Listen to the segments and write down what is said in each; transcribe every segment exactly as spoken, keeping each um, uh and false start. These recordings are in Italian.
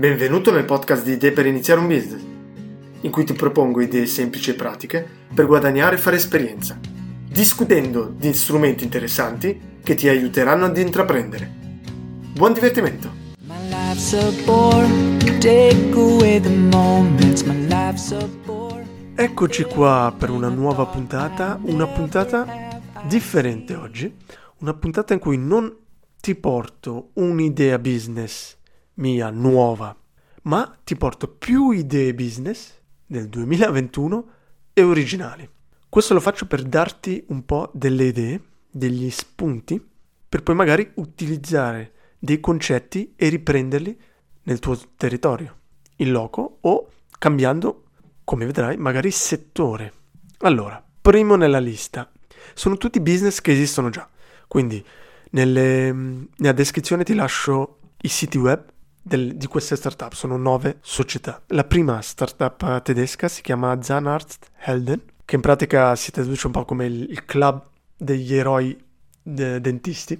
Benvenuto nel podcast di Idee per iniziare un business, in cui ti propongo idee semplici e pratiche per guadagnare e fare esperienza, discutendo di strumenti interessanti che ti aiuteranno ad intraprendere. Buon divertimento! Eccoci qua per una nuova puntata, una puntata differente oggi, una puntata in cui non ti porto un'idea business mia nuova, ma ti porto più idee business del duemilaventuno e originali. Questo lo faccio per darti un po' delle idee, degli spunti, per poi magari utilizzare dei concetti e riprenderli nel tuo territorio, in loco o cambiando, come vedrai, magari settore. Allora, primo nella lista, sono tutti business che esistono già, quindi nelle, nella descrizione ti lascio i siti web del, di queste startup, sono nove società. La prima startup tedesca si chiama Zahnarzt-Helden, che in pratica si traduce un po' come il, il club degli eroi de, dentisti.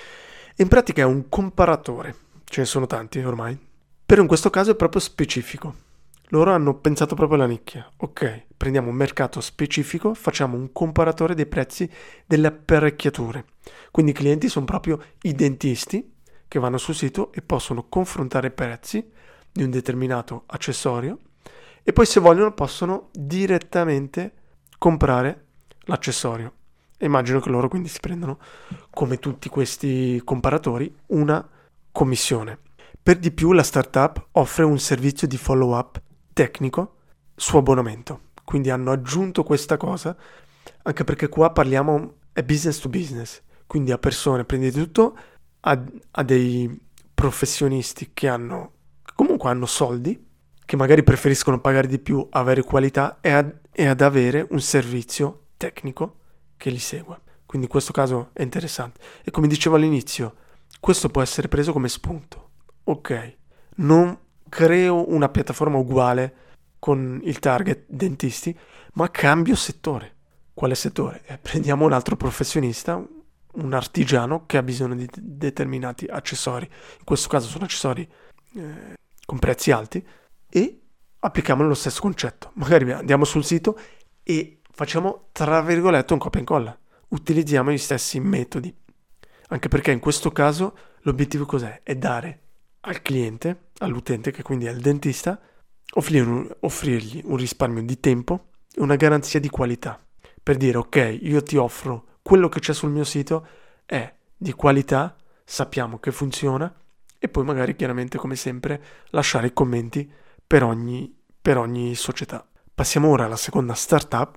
E in pratica è un comparatore, ce ne sono tanti ormai, però in questo caso è proprio specifico. Loro hanno pensato proprio alla nicchia. Ok, prendiamo un mercato specifico, facciamo un comparatore dei prezzi delle apparecchiature. Quindi i clienti sono proprio i dentisti che vanno sul sito e possono confrontare i prezzi di un determinato accessorio e poi se vogliono possono direttamente comprare l'accessorio. E immagino che loro quindi si prendano, come tutti questi comparatori, una commissione. Per di più la startup offre un servizio di follow-up tecnico su abbonamento. Quindi hanno aggiunto questa cosa, anche perché qua parliamo è business to business, quindi a persone, prima di tutto a, a dei professionisti che hanno comunque hanno soldi, che magari preferiscono pagare di più, avere qualità e, ad, e ad avere un servizio tecnico che li segua. Quindi in questo caso è interessante. E come dicevo all'inizio, questo può essere preso come spunto. Ok, non creo una piattaforma uguale con il target dentisti, ma cambio settore. Quale settore? Eh, prendiamo un altro professionista, un artigiano che ha bisogno di determinati accessori. In questo caso sono accessori eh, con prezzi alti e applichiamo lo stesso concetto. Magari andiamo sul sito e facciamo tra virgolette un copia e incolla. Utilizziamo gli stessi metodi. Anche perché in questo caso l'obiettivo cos'è? È dare al cliente, all'utente, che quindi è il dentista, offrirgli, offrirgli un risparmio di tempo e una garanzia di qualità. Per dire, ok, io ti offro quello che c'è sul mio sito è di qualità, sappiamo che funziona e poi magari chiaramente come sempre lasciare i commenti per ogni, per ogni società. Passiamo ora alla seconda startup,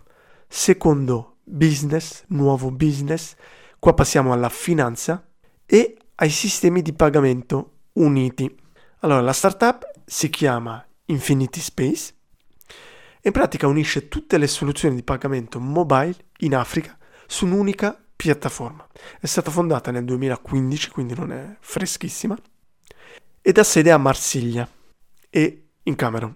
secondo business, nuovo business, qua passiamo alla finanza e ai sistemi di pagamento uniti. Allora la startup si chiama Infinity Space e in pratica unisce tutte le soluzioni di pagamento mobile in Africa su un'unica piattaforma. È stata fondata nel duemilaquindici, quindi non è freschissima, ed ha sede a Marsiglia e in Camerun.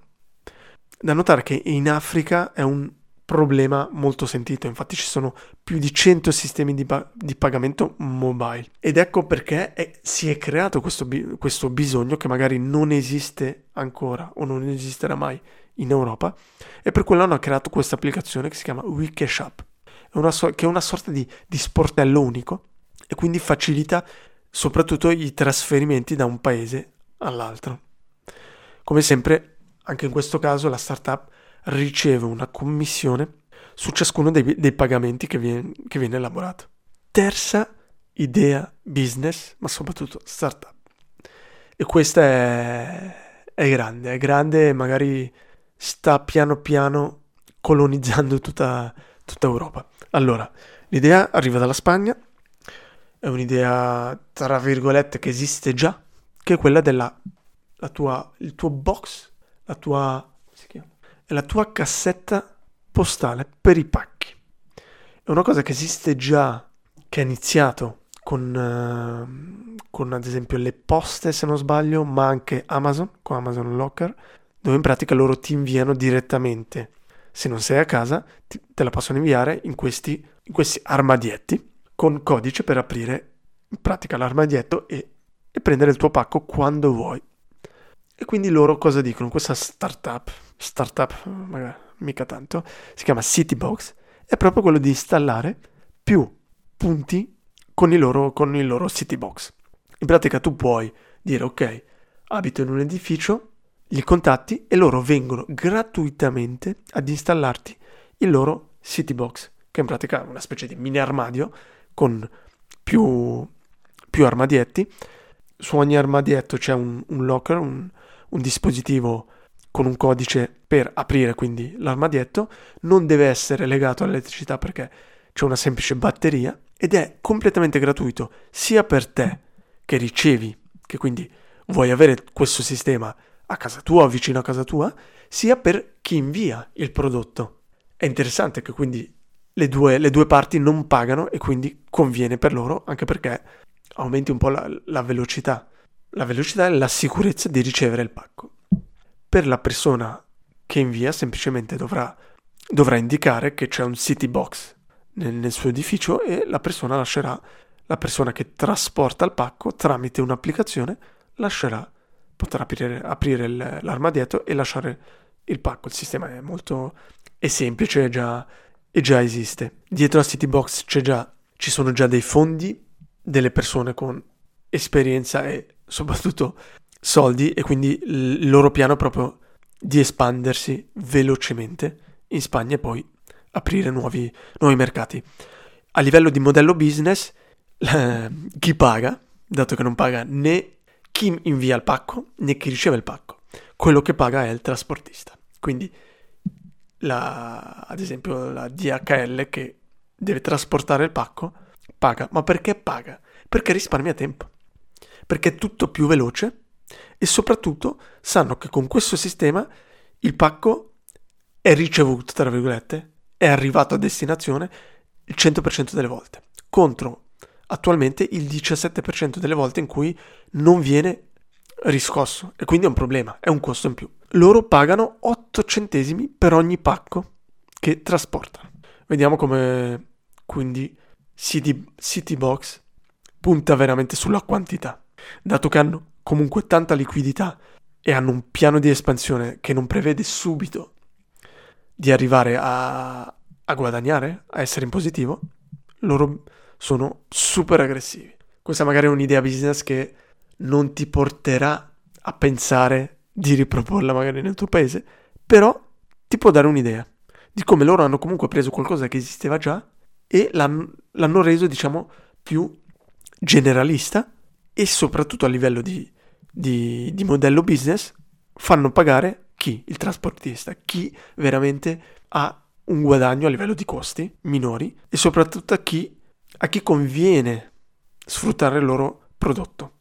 Da notare che in Africa è un problema molto sentito, infatti ci sono più di cento sistemi di, pa- di pagamento mobile ed ecco perché è, si è creato questo, bi- questo bisogno che magari non esiste ancora o non esisterà mai in Europa e per quello hanno creato questa applicazione che si chiama Wikeshop. È una so- che è una sorta di, di sportello unico e quindi facilita soprattutto i trasferimenti da un paese all'altro. Come sempre, anche in questo caso la startup riceve una commissione su ciascuno dei, dei pagamenti che viene, che viene elaborato. Terza idea business, ma soprattutto startup. E questa è, è grande, è grande e magari sta piano piano colonizzando tutta, tutta Europa. Allora, l'idea arriva dalla Spagna, è un'idea tra virgolette che esiste già, che è quella della la tua, il tuo box, la tua, come si chiama? È la tua cassetta postale per i pacchi. È una cosa che esiste già, che è iniziato con, uh, con ad esempio le poste se non sbaglio, ma anche Amazon, con Amazon Locker, dove in pratica loro ti inviano direttamente, se non sei a casa, ti, te la possono inviare in questi, in questi armadietti con codice per aprire in pratica l'armadietto e, e prendere il tuo pacco quando vuoi. E quindi loro cosa dicono? Questa startup, startup magari mica tanto, si chiama Citybox, è proprio quello di installare più punti con, i loro, con il loro Citybox. In pratica tu puoi dire ok, abito in un edificio, li contatti e loro vengono gratuitamente ad installarti il loro Citybox, che in pratica è una specie di mini armadio con più, più armadietti. Su ogni armadietto c'è un, un locker, un, un dispositivo con un codice per aprire quindi l'armadietto, non deve essere legato all'elettricità perché c'è una semplice batteria ed è completamente gratuito sia per te che ricevi, che quindi vuoi avere questo sistema a casa tua o vicino a casa tua, sia per chi invia il prodotto. È interessante che quindi le due, le due parti non pagano e quindi conviene per loro, anche perché aumenti un po' la, la velocità. La velocità e la sicurezza di ricevere il pacco. Per la persona che invia semplicemente dovrà, dovrà indicare che c'è un Citybox nel, nel suo edificio e la persona lascerà, la persona che trasporta il pacco tramite un'applicazione lascerà, potrà aprire, aprire il, l'armadietto e lasciare il pacco. Il sistema è molto è semplice e già, e già esiste. Dietro a Citybox c'è già, ci sono già dei fondi, delle persone con esperienza e soprattutto soldi, e quindi il loro piano è proprio di espandersi velocemente in Spagna e poi aprire nuovi, nuovi mercati. A livello di modello business, eh, chi paga, dato che non paga né chi invia il pacco né chi riceve il pacco, quello che paga è il trasportista. Quindi la, ad esempio la D H L che deve trasportare il pacco paga. Ma perché paga? Perché risparmia tempo, perché è tutto più veloce e soprattutto sanno che con questo sistema il pacco è ricevuto, tra virgolette, è arrivato a destinazione il cento per cento delle volte, contro attualmente il diciassette per cento delle volte in cui non viene riscosso e quindi è un problema, è un costo in più. Loro pagano otto centesimi per ogni pacco che trasportano. Vediamo come quindi City, Citybox punta veramente sulla quantità, dato che hanno comunque tanta liquidità e hanno un piano di espansione che non prevede subito di arrivare a, a guadagnare, a essere in positivo. Loro sono super aggressivi. Questa magari è un'idea business che non ti porterà a pensare di riproporla magari nel tuo paese, però ti può dare un'idea di come loro hanno comunque preso qualcosa che esisteva già e l'hanno, l'hanno reso, diciamo, più generalista, e soprattutto a livello di, di, di modello business fanno pagare chi? Il trasportista, chi veramente ha un guadagno a livello di costi minori e soprattutto a chi, a chi conviene sfruttare il loro prodotto,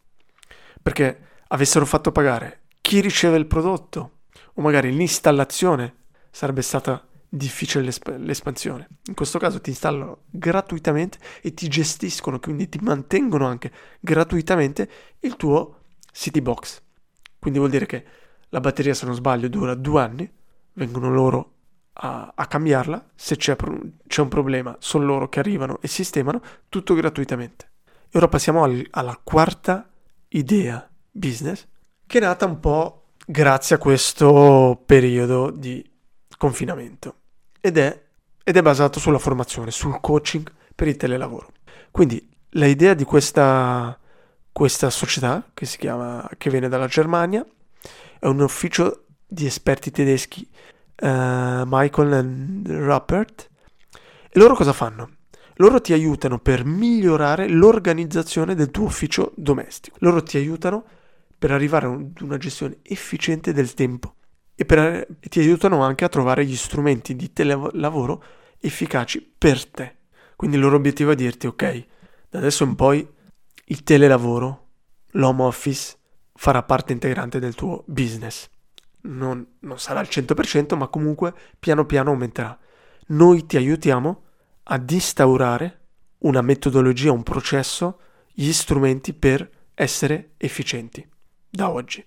perché avessero fatto pagare chi riceve il prodotto o magari l'installazione sarebbe stata difficile l'esp- l'espansione. In questo caso ti installano gratuitamente e ti gestiscono, quindi ti mantengono anche gratuitamente il tuo Citybox. Quindi vuol dire che la batteria, se non sbaglio, dura due anni, vengono loro a, a cambiarla, se c'è, c'è un problema sono loro che arrivano e sistemano, tutto gratuitamente. E ora passiamo al, alla quarta idea business, che è nata un po' grazie a questo periodo di confinamento ed è, ed è basato sulla formazione, sul coaching per il telelavoro. Quindi l'idea di questa, questa società che si chiama, che viene dalla Germania, è un ufficio di esperti tedeschi, uh, Michael and Rupert, e loro cosa fanno? Loro ti aiutano per migliorare l'organizzazione del tuo ufficio domestico. Loro ti aiutano per arrivare ad una gestione efficiente del tempo e per, ti aiutano anche a trovare gli strumenti di telelavoro efficaci per te. Quindi il loro obiettivo è dirti: ok, da adesso in poi il telelavoro, l'home office farà parte integrante del tuo business. Non, non sarà al cento per cento, ma comunque piano piano aumenterà. Noi ti aiutiamo ad instaurare una metodologia, un processo, gli strumenti per essere efficienti da oggi.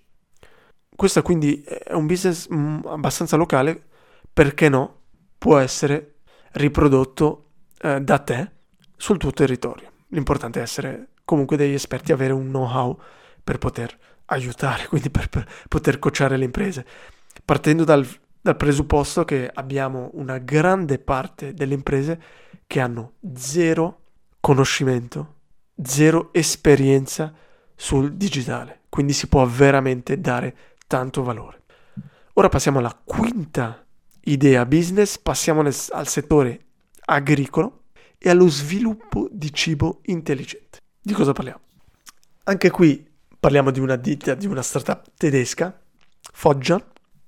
Questo quindi è un business abbastanza locale, perché no? Può essere riprodotto eh, da te sul tuo territorio. L'importante è essere comunque degli esperti, avere un know-how per poter aiutare, quindi per, per poter coachare le imprese, partendo dal, dal presupposto che abbiamo una grande parte delle imprese che hanno zero conoscimento, zero esperienza sul digitale, quindi si può veramente dare tanto valore. Ora passiamo alla quinta idea business, passiamo nel, al settore agricolo e allo sviluppo di cibo intelligente. Di cosa parliamo? Anche qui parliamo di una ditta, di una startup tedesca, Foggia,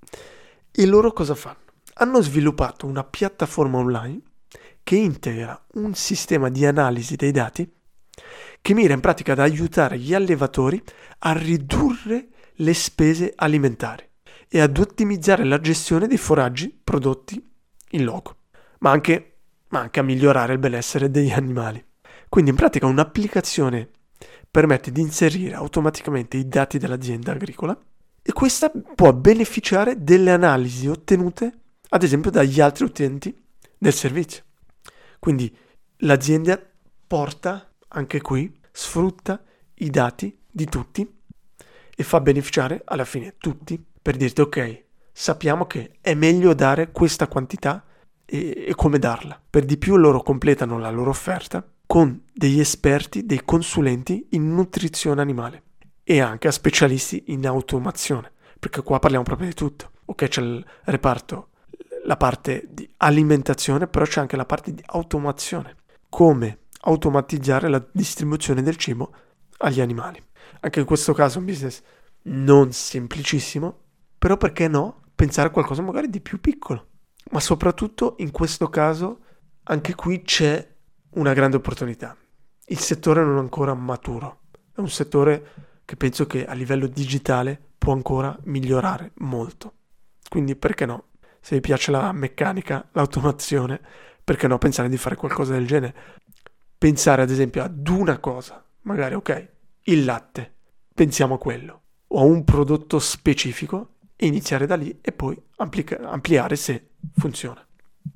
e loro cosa fanno? Hanno sviluppato una piattaforma online che integra un sistema di analisi dei dati che mira in pratica ad aiutare gli allevatori a ridurre le spese alimentari e ad ottimizzare la gestione dei foraggi prodotti in loco, ma anche, ma anche a migliorare il benessere degli animali. Quindi in pratica un'applicazione permette di inserire automaticamente i dati dell'azienda agricola e questa può beneficiare delle analisi ottenute, ad esempio, dagli altri utenti del servizio. Quindi l'azienda porta, anche qui, sfrutta i dati di tutti e fa beneficiare alla fine tutti per dirti ok, sappiamo che è meglio dare questa quantità e, e come darla. Per di più loro completano la loro offerta con degli esperti, dei consulenti in nutrizione animale e anche a specialisti in automazione, perché qua parliamo proprio di tutto. Ok, c'è il reparto, la parte di alimentazione, però c'è anche la parte di automazione. Come automatizzare la distribuzione del cibo agli animali. Anche in questo caso è un business non semplicissimo, però perché no pensare a qualcosa magari di più piccolo. Ma soprattutto in questo caso anche qui c'è una grande opportunità. Il settore non è ancora maturo, è un settore che penso che a livello digitale può ancora migliorare molto. Quindi perché no? Se vi piace la meccanica, l'automazione, perché no pensare di fare qualcosa del genere? Pensare ad esempio ad una cosa, magari ok, il latte, pensiamo a quello, o a un prodotto specifico e iniziare da lì e poi amplica- ampliare se funziona.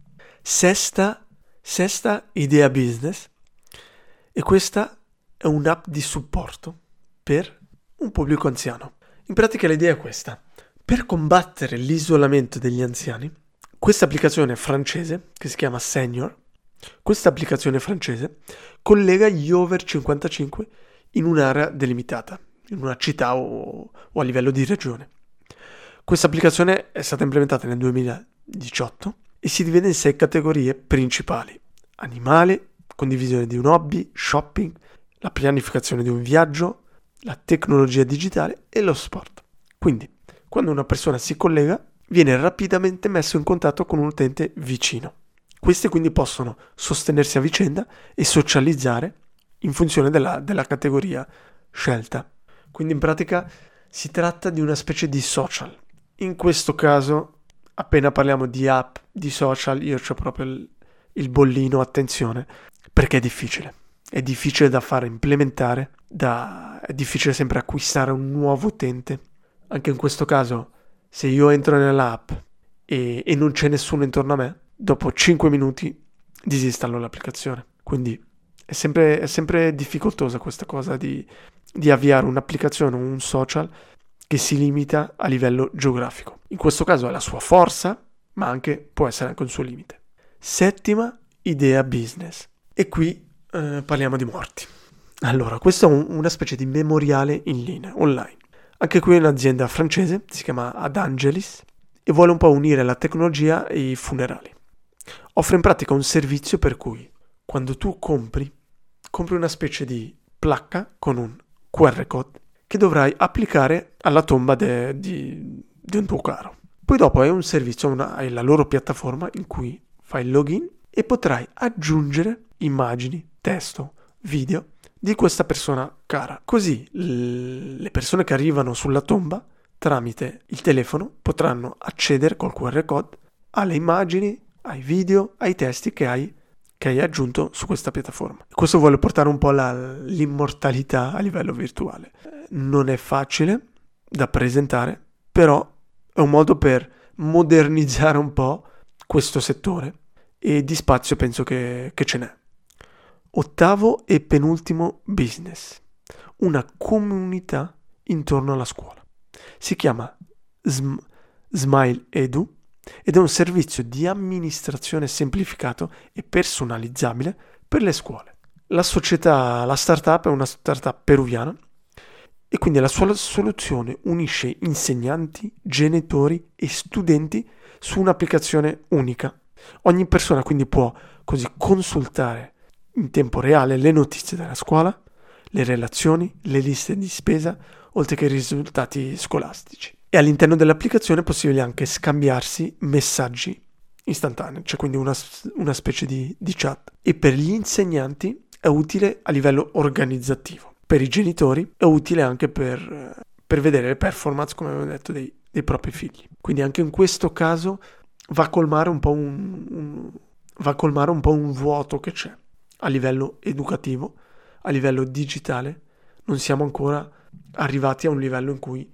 Sesta, sesta idea business, e questa è un'app di supporto per un pubblico anziano. In pratica l'idea è questa: per combattere l'isolamento degli anziani, questa applicazione francese, che si chiama Senior, questa applicazione francese collega gli over cinquantacinque in un'area delimitata, in una città o, o a livello di regione. Questa applicazione è stata implementata nel duemiladiciotto e si divide in sei categorie principali: animale, condivisione di un hobby, shopping, la pianificazione di un viaggio, la tecnologia digitale e lo sport. Quindi, quando una persona si collega, viene rapidamente messo in contatto con un utente vicino. Questi quindi possono sostenersi a vicenda e socializzare in funzione della, della categoria scelta. Quindi in pratica si tratta di una specie di social. In questo caso, appena parliamo di app, di social, io c'ho proprio il, il bollino, attenzione, perché è difficile. È difficile da fare implementare, da, è difficile sempre acquistare un nuovo utente. Anche in questo caso, se io entro nell'app e, e non c'è nessuno intorno a me, dopo cinque minuti disinstallo l'applicazione. Quindi è sempre, è sempre difficoltosa questa cosa di, di avviare un'applicazione o un social che si limita a livello geografico. In questo caso è la sua forza, ma anche può essere anche un suo limite. Settima idea business. E qui eh, parliamo di morti. Allora, questo è un, una specie di memoriale in linea, online. Anche qui è un'azienda francese, si chiama Ad Angelis, e vuole un po' unire la tecnologia e i funerali. Offre in pratica un servizio per cui quando tu compri, compri una specie di placca con un Q R code che dovrai applicare alla tomba de, di, di un tuo caro. Poi dopo hai un servizio, una, hai la loro piattaforma in cui fai il login e potrai aggiungere immagini, testo, video di questa persona cara. Così l- le persone che arrivano sulla tomba tramite il telefono potranno accedere col Q R code alle immagini, ai video, ai testi che hai, che hai aggiunto su questa piattaforma. Questo vuole portare un po' la, l'immortalità a livello virtuale. Non è facile da presentare, però è un modo per modernizzare un po' questo settore e di spazio penso che, che ce n'è. Ottavo e penultimo business: una comunità intorno alla scuola. Si chiama Sm- Smile Edu ed è un servizio di amministrazione semplificato e personalizzabile per le scuole. La società, la startup è una startup peruviana e quindi la sua soluzione unisce insegnanti, genitori e studenti su un'applicazione unica. Ogni persona quindi può così consultare in tempo reale le notizie della scuola, le relazioni, le liste di spesa, oltre che i risultati scolastici. E all'interno dell'applicazione è possibile anche scambiarsi messaggi istantanei, cioè quindi una, una specie di, di chat. E per gli insegnanti è utile a livello organizzativo. Per i genitori è utile anche per, per vedere le performance, come avevo detto, dei, dei propri figli. Quindi anche in questo caso va a colmare un po' un, un, va a colmare un po' un vuoto che c'è a livello educativo, a livello digitale. Non siamo ancora arrivati a un livello in cui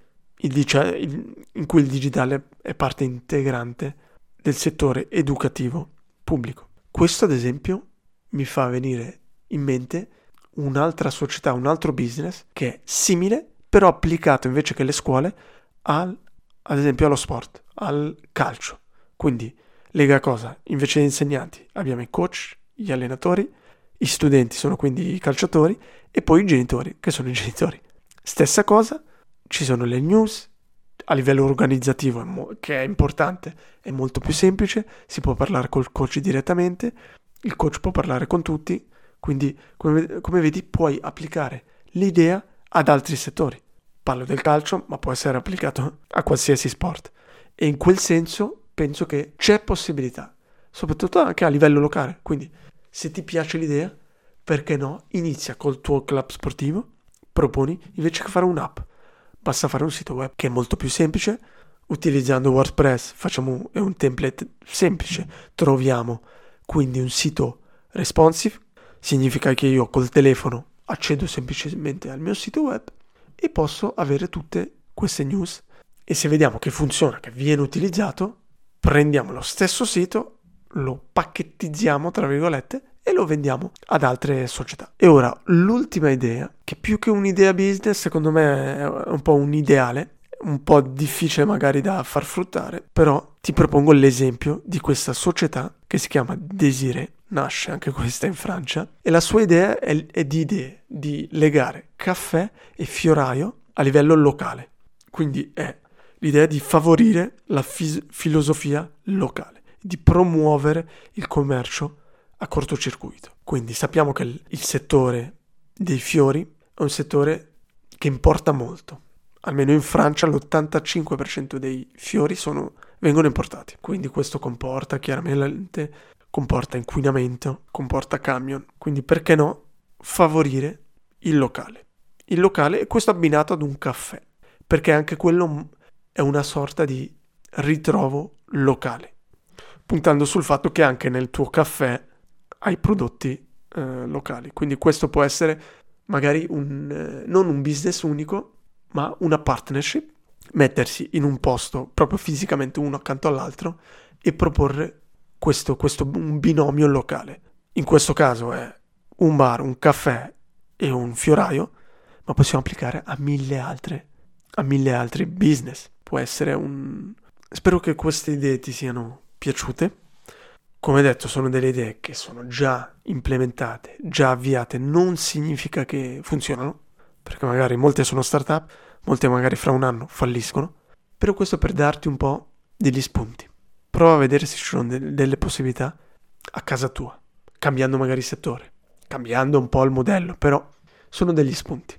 il, in cui il digitale è parte integrante del settore educativo pubblico. Questo ad esempio mi fa venire in mente un'altra società, un altro business che è simile, però applicato invece che alle scuole al, ad esempio allo sport, al calcio. Quindi lega cosa? Invece di insegnanti abbiamo i coach, gli allenatori, i studenti sono quindi i calciatori e poi i genitori, che sono i genitori. Stessa cosa, ci sono le news, a livello organizzativo che è importante, è molto più semplice, si può parlare col coach direttamente, il coach può parlare con tutti, quindi come, come vedi puoi applicare l'idea ad altri settori. Parlo del calcio, ma può essere applicato a qualsiasi sport. E in quel senso penso che c'è possibilità, soprattutto anche a livello locale. Quindi se ti piace l'idea, perché no, inizia col tuo club sportivo, proponi invece che fare un'app. Basta fare un sito web che è molto più semplice, utilizzando WordPress facciamo è un template semplice, troviamo quindi un sito responsive, significa che io col telefono accedo semplicemente al mio sito web e posso avere tutte queste news. E se vediamo che funziona, che viene utilizzato, prendiamo lo stesso sito, lo pacchettizziamo tra virgolette e lo vendiamo ad altre società. E ora l'ultima idea, che più che un'idea business secondo me è un po' un ideale, un po' difficile magari da far fruttare, però ti propongo l'esempio di questa società che si chiama Desiree, nasce anche questa in Francia, e la sua idea è, è di idee, di legare caffè e fioraio a livello locale. Quindi è l'idea di favorire la fis- filosofia locale, di promuovere il commercio a cortocircuito. Quindi sappiamo che il, il settore dei fiori è un settore che importa molto. Almeno in Francia l'ottantacinque per cento dei fiori sono, vengono importati. Quindi questo comporta chiaramente comporta inquinamento, comporta camion. Quindi perché no favorire il locale. Il locale è questo abbinato ad un caffè, perché anche quello è una sorta di ritrovo locale, puntando sul fatto che anche nel tuo caffè hai prodotti eh, locali. Quindi questo può essere magari un, eh, non un business unico, ma una partnership, mettersi in un posto proprio fisicamente uno accanto all'altro e proporre questo, questo un binomio locale. In questo caso è un bar, un caffè e un fioraio, ma possiamo applicare a mille altre, a mille altri business. Può essere un... Spero che queste idee ti siano piaciute. Come detto, sono delle idee che sono già implementate, già avviate, non significa che funzionano, perché magari molte sono startup, molte magari fra un anno falliscono, però questo per darti un po' degli spunti. Prova a vedere se ci sono de- delle possibilità a casa tua, cambiando magari il settore, cambiando un po' il modello, però sono degli spunti.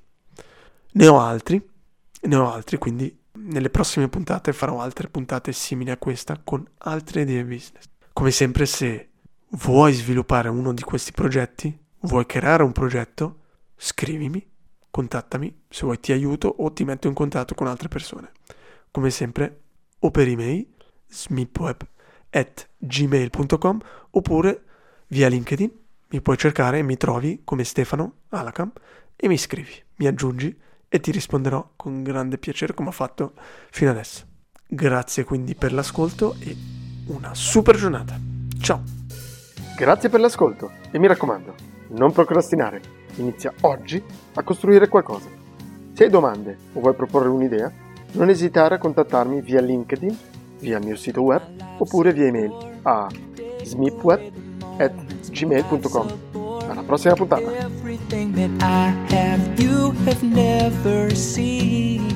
Ne ho altri, ne ho altri, quindi nelle prossime puntate farò altre puntate simili a questa con altre idee business. Come sempre, se vuoi sviluppare uno di questi progetti, vuoi creare un progetto, scrivimi, contattami, se vuoi ti aiuto o ti metto in contatto con altre persone. Come sempre, o per email, smipweb at gmail punto com, oppure via LinkedIn, mi puoi cercare e mi trovi come Stefano Alacam e mi scrivi, mi aggiungi e ti risponderò con grande piacere come ho fatto fino adesso. Grazie quindi per l'ascolto e una super giornata. Ciao! Grazie per l'ascolto e mi raccomando, non procrastinare. Inizia oggi a costruire qualcosa. Se hai domande o vuoi proporre un'idea, non esitare a contattarmi via LinkedIn, via il mio sito web oppure via email a smipweb at gmail punto com. Alla prossima puntata!